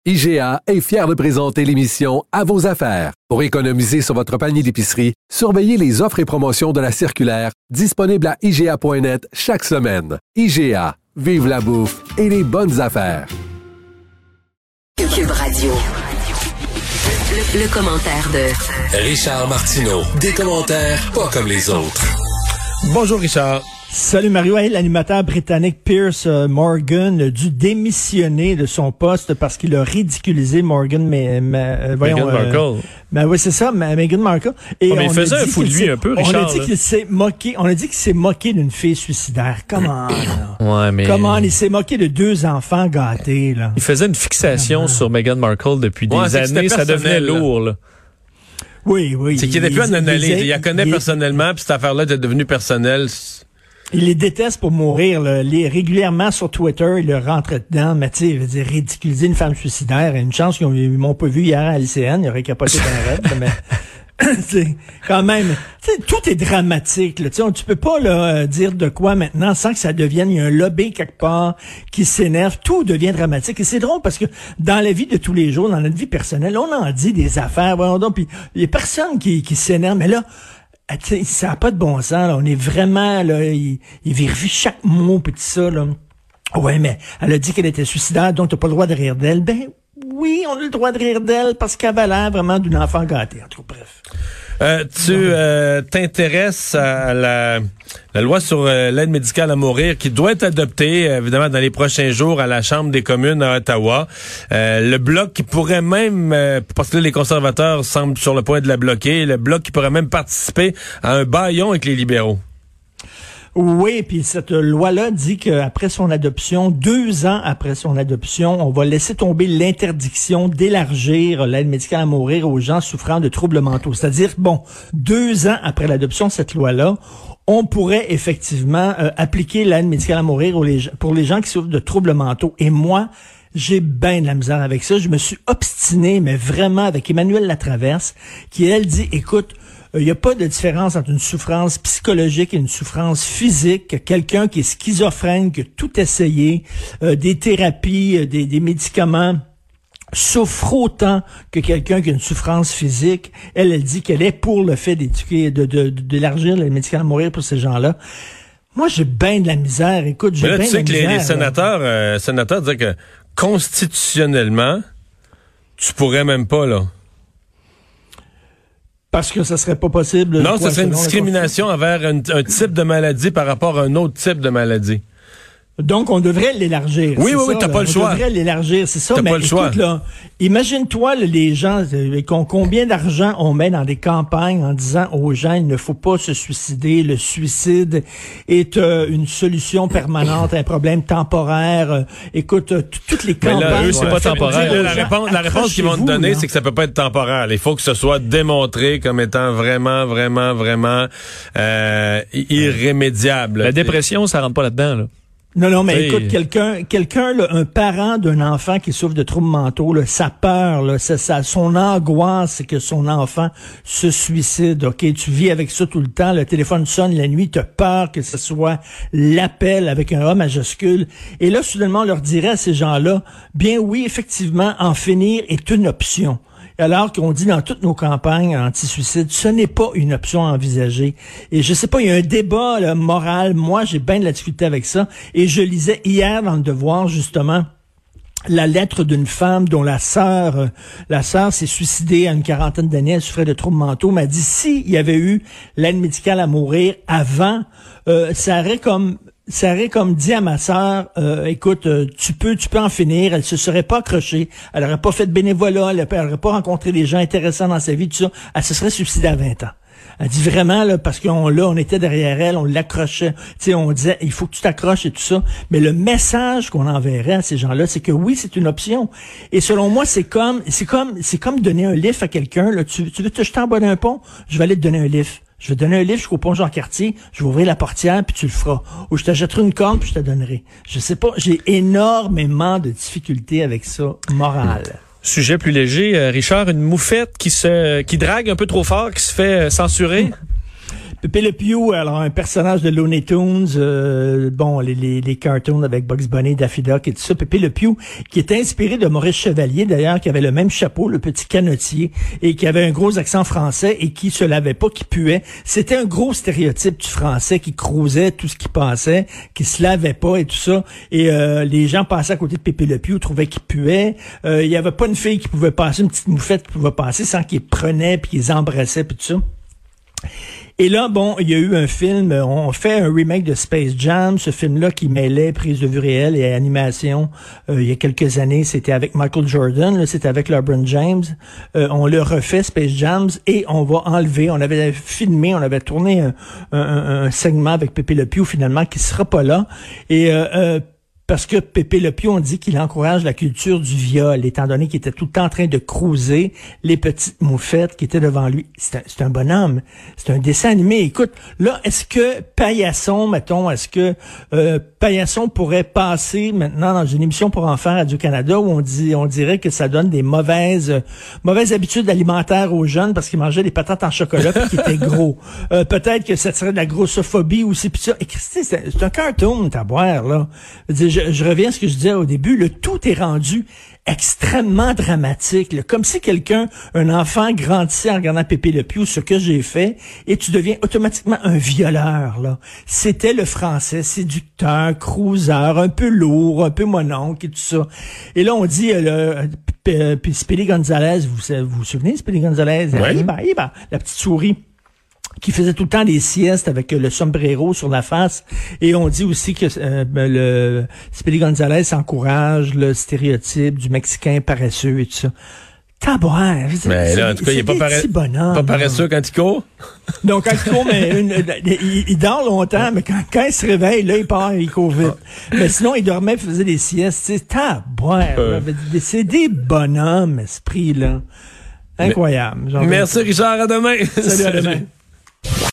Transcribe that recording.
IGA est fier de présenter l'émission À vos affaires. Pour économiser sur votre panier d'épicerie, surveillez les offres et promotions de la circulaire disponible à IGA.net chaque semaine. IGA, vive la bouffe et les bonnes affaires. Cube Radio. Le commentaire de Richard Martineau. Des commentaires pas comme les autres. Bonjour Richard. Salut Mario. Hey, l'animateur britannique Piers Morgan a dû démissionner de son poste parce qu'il a ridiculisé Meghan Markle. Oui, c'est ça, Meghan Markle. Et mais il faisait un fou de lui un peu, Richard. On a dit qu'il s'est moqué d'une fille suicidaire. Comment? Ouais, mais... Comment? Il s'est moqué de 2 enfants gâtés, là. Il faisait une fixation sur Meghan Markle depuis des années. Ça devenait lourd, là. Oui. C'est qu'il n'était plus en analyse. Il la connaît personnellement, puis cette affaire-là était devenue personnelle. Il les déteste pour mourir. Là. Régulièrement sur Twitter, il leur rentre dedans. Mais tu sais, il veut dire ridiculiser une femme suicidaire. Une chance qu'ils m'ont pas vu hier à LCN. Ils auraient capoté d'un rêve. Mais c'est quand même, tout est dramatique. Là. Tu peux pas là, dire de quoi maintenant sans que ça devienne, il y a un lobby quelque part qui s'énerve. Tout devient dramatique. Et c'est drôle parce que dans la vie de tous les jours, dans notre vie personnelle, on en dit des affaires. Puis il y a personne qui s'énerve. Mais là, ça n'a pas de bon sens, là. On est vraiment, là, il vérifie chaque mot, pis tout ça, là. Ouais, mais elle a dit qu'elle était suicidaire, donc t'as pas le droit de rire d'elle. Ben, oui, on a le droit de rire d'elle parce qu'elle avait l'air vraiment d'une enfant gâtée. En tout cas, bref. Tu t'intéresses à la loi sur l'aide médicale à mourir qui doit être adoptée, évidemment, dans les prochains jours à la Chambre des communes à Ottawa. Le Bloc qui pourrait même, parce que là, les conservateurs semblent sur le point de la bloquer, le Bloc qui pourrait même participer à un bâillon avec les libéraux. Oui, puis cette loi-là dit qu'après son adoption, 2 ans après son adoption, on va laisser tomber l'interdiction d'élargir l'aide médicale à mourir aux gens souffrant de troubles mentaux. C'est-à-dire, 2 ans après l'adoption de cette loi-là, on pourrait effectivement appliquer l'aide médicale à mourir pour les gens qui souffrent de troubles mentaux. Et moi, j'ai bien de la misère avec ça. Je me suis obstiné, mais vraiment, avec Emmanuelle Latraverse, qui, elle, dit, écoute, il n'y a pas de différence entre une souffrance psychologique et une souffrance physique. Quelqu'un qui est schizophrène, qui a tout essayé, des thérapies, des médicaments, souffre autant que quelqu'un qui a une souffrance physique. Elle dit qu'elle est pour le fait d'élargir les médicaments à mourir pour ces gens-là. Moi, j'ai bien de la misère. Écoute, j'ai bien de la misère. Tu sais que les sénateurs disaient que constitutionnellement, tu pourrais même pas, là. Parce que ça serait pas possible. Non, ça serait une discrimination envers un type de maladie par rapport à un autre type de maladie. Donc, on devrait l'élargir. Oui, t'as pas le choix. On devrait l'élargir, c'est ça. T'as Mais pas le choix. Écoute, là, imagine-toi, là, les gens, combien d'argent on met dans des campagnes en disant aux gens, il ne faut pas se suicider. Le suicide est une solution permanente à un problème temporaire. Écoute, toutes les campagnes. Mais là, eux, c'est pas temporaire. La réponse qu'ils vont te donner, c'est que ça peut pas être temporaire. Il faut que ce soit démontré comme étant vraiment irrémédiable. La dépression, ça rentre pas là-dedans, là. Non, mais écoute, quelqu'un, là, un parent d'un enfant qui souffre de troubles mentaux, là, sa peur, là, son angoisse, c'est que son enfant se suicide. Ok, tu vis avec ça tout le temps. Le téléphone sonne la nuit, t'as peur que ce soit l'appel avec un A majuscule. Et là, soudainement, on leur dirait à ces gens-là, bien oui, effectivement, en finir est une option. Alors qu'on dit dans toutes nos campagnes anti-suicide, ce n'est pas une option à envisager. Et je sais pas, il y a un débat là, moral. Moi, j'ai bien de la difficulté avec ça. Et je lisais hier dans Le Devoir, justement, la lettre d'une femme dont la sœur s'est suicidée à une 40aine d'années, elle souffrait de troubles mentaux, m'a dit, s'il y avait eu l'aide médicale à mourir avant, ça aurait comme dit à ma sœur, écoute, tu peux en finir. Elle se serait pas accrochée. Elle aurait pas fait de bénévolat. Elle aurait pas rencontré des gens intéressants dans sa vie, tout ça. Elle se serait suicidée à 20 ans. Elle dit vraiment, là, parce on était derrière elle, on l'accrochait. Tu sais, on disait, il faut que tu t'accroches et tout ça. Mais le message qu'on enverrait à ces gens-là, c'est que oui, c'est une option. Et selon moi, c'est comme donner un lift à quelqu'un, là. Tu veux te jeter en bas d'un pont? Je vais aller te donner un lift. Je vais te donner un livre jusqu'au pont Jean-Cartier, je vais ouvrir la portière, puis tu le feras. Ou je t'achèterai une corde, puis je te donnerai. Je sais pas, j'ai énormément de difficultés avec ça, morale. Sujet plus léger, Richard, une moufette qui drague un peu trop fort, qui se fait censurer. Pepe Le Pew, alors un personnage de Looney Tunes, les cartoons avec Bugs Bunny, Daffy Duck et tout ça. Pepe Le Pew, qui est inspiré de Maurice Chevalier, d'ailleurs, qui avait le même chapeau, le petit canotier, et qui avait un gros accent français et qui se lavait pas, qui puait. C'était un gros stéréotype du français qui crousait tout ce qu'il passait, qui se lavait pas et tout ça. Et les gens passaient à côté de Pepe Le Pew, trouvaient qu'il puait. Il y avait pas une fille qui pouvait passer, une petite moufette qui pouvait passer sans qu'il prenait puis qu'ils embrassaient puis tout ça. Et là, il y a eu un film, on fait un remake de Space Jam, ce film-là qui mêlait prise de vue réelle et animation. Il y a quelques années, c'était avec Michael Jordan, là, c'était avec LeBron James. On le refait, Space Jam, et on va enlever, on avait filmé, on avait tourné un segment avec Pepe Le Pew, finalement, qui sera pas là. Et parce que Pepe Le Pew, on dit qu'il encourage la culture du viol, étant donné qu'il était tout le temps en train de cruiser les petites moufettes qui étaient devant lui. C'est un bonhomme. C'est un dessin animé. Écoute, là, est-ce que Paillasson, mettons, Paillasson pourrait passer maintenant dans une émission pour enfants Radio-Canada où on dirait que ça donne des mauvaises habitudes alimentaires aux jeunes parce qu'ils mangeaient des patates en chocolat puis qu'ils étaient gros. Peut-être que ça serait de la grossophobie aussi. Puis ça, et c'est un cartoon, t'as à boire, là. Je reviens à ce que je disais au début, le tout est rendu extrêmement dramatique, là, comme si un enfant grandissait en regardant Pepe Le Pew, ce que j'ai fait, et tu deviens automatiquement un violeur, là. C'était le français séducteur, cruiser, un peu lourd, un peu mononcle et tout ça. Et là, on dit, puis Speedy Gonzalez, vous vous souvenez, Speedy Gonzalez? Oui. La petite souris qui faisait tout le temps des siestes avec le sombrero sur la face. Et on dit aussi que le Speedy Gonzalez encourage le stéréotype du Mexicain paresseux et tout ça. Taboire! Mais là, en tout cas, il est pas paresseux quand il court? Donc, quand il court, mais il dort longtemps, mais quand il se réveille, là, il court vite. Mais sinon, il dormait, il faisait des siestes. C'est taboire! C'est des bonhommes, esprit, là. Incroyable. Merci, Richard. À demain. Salut, à demain.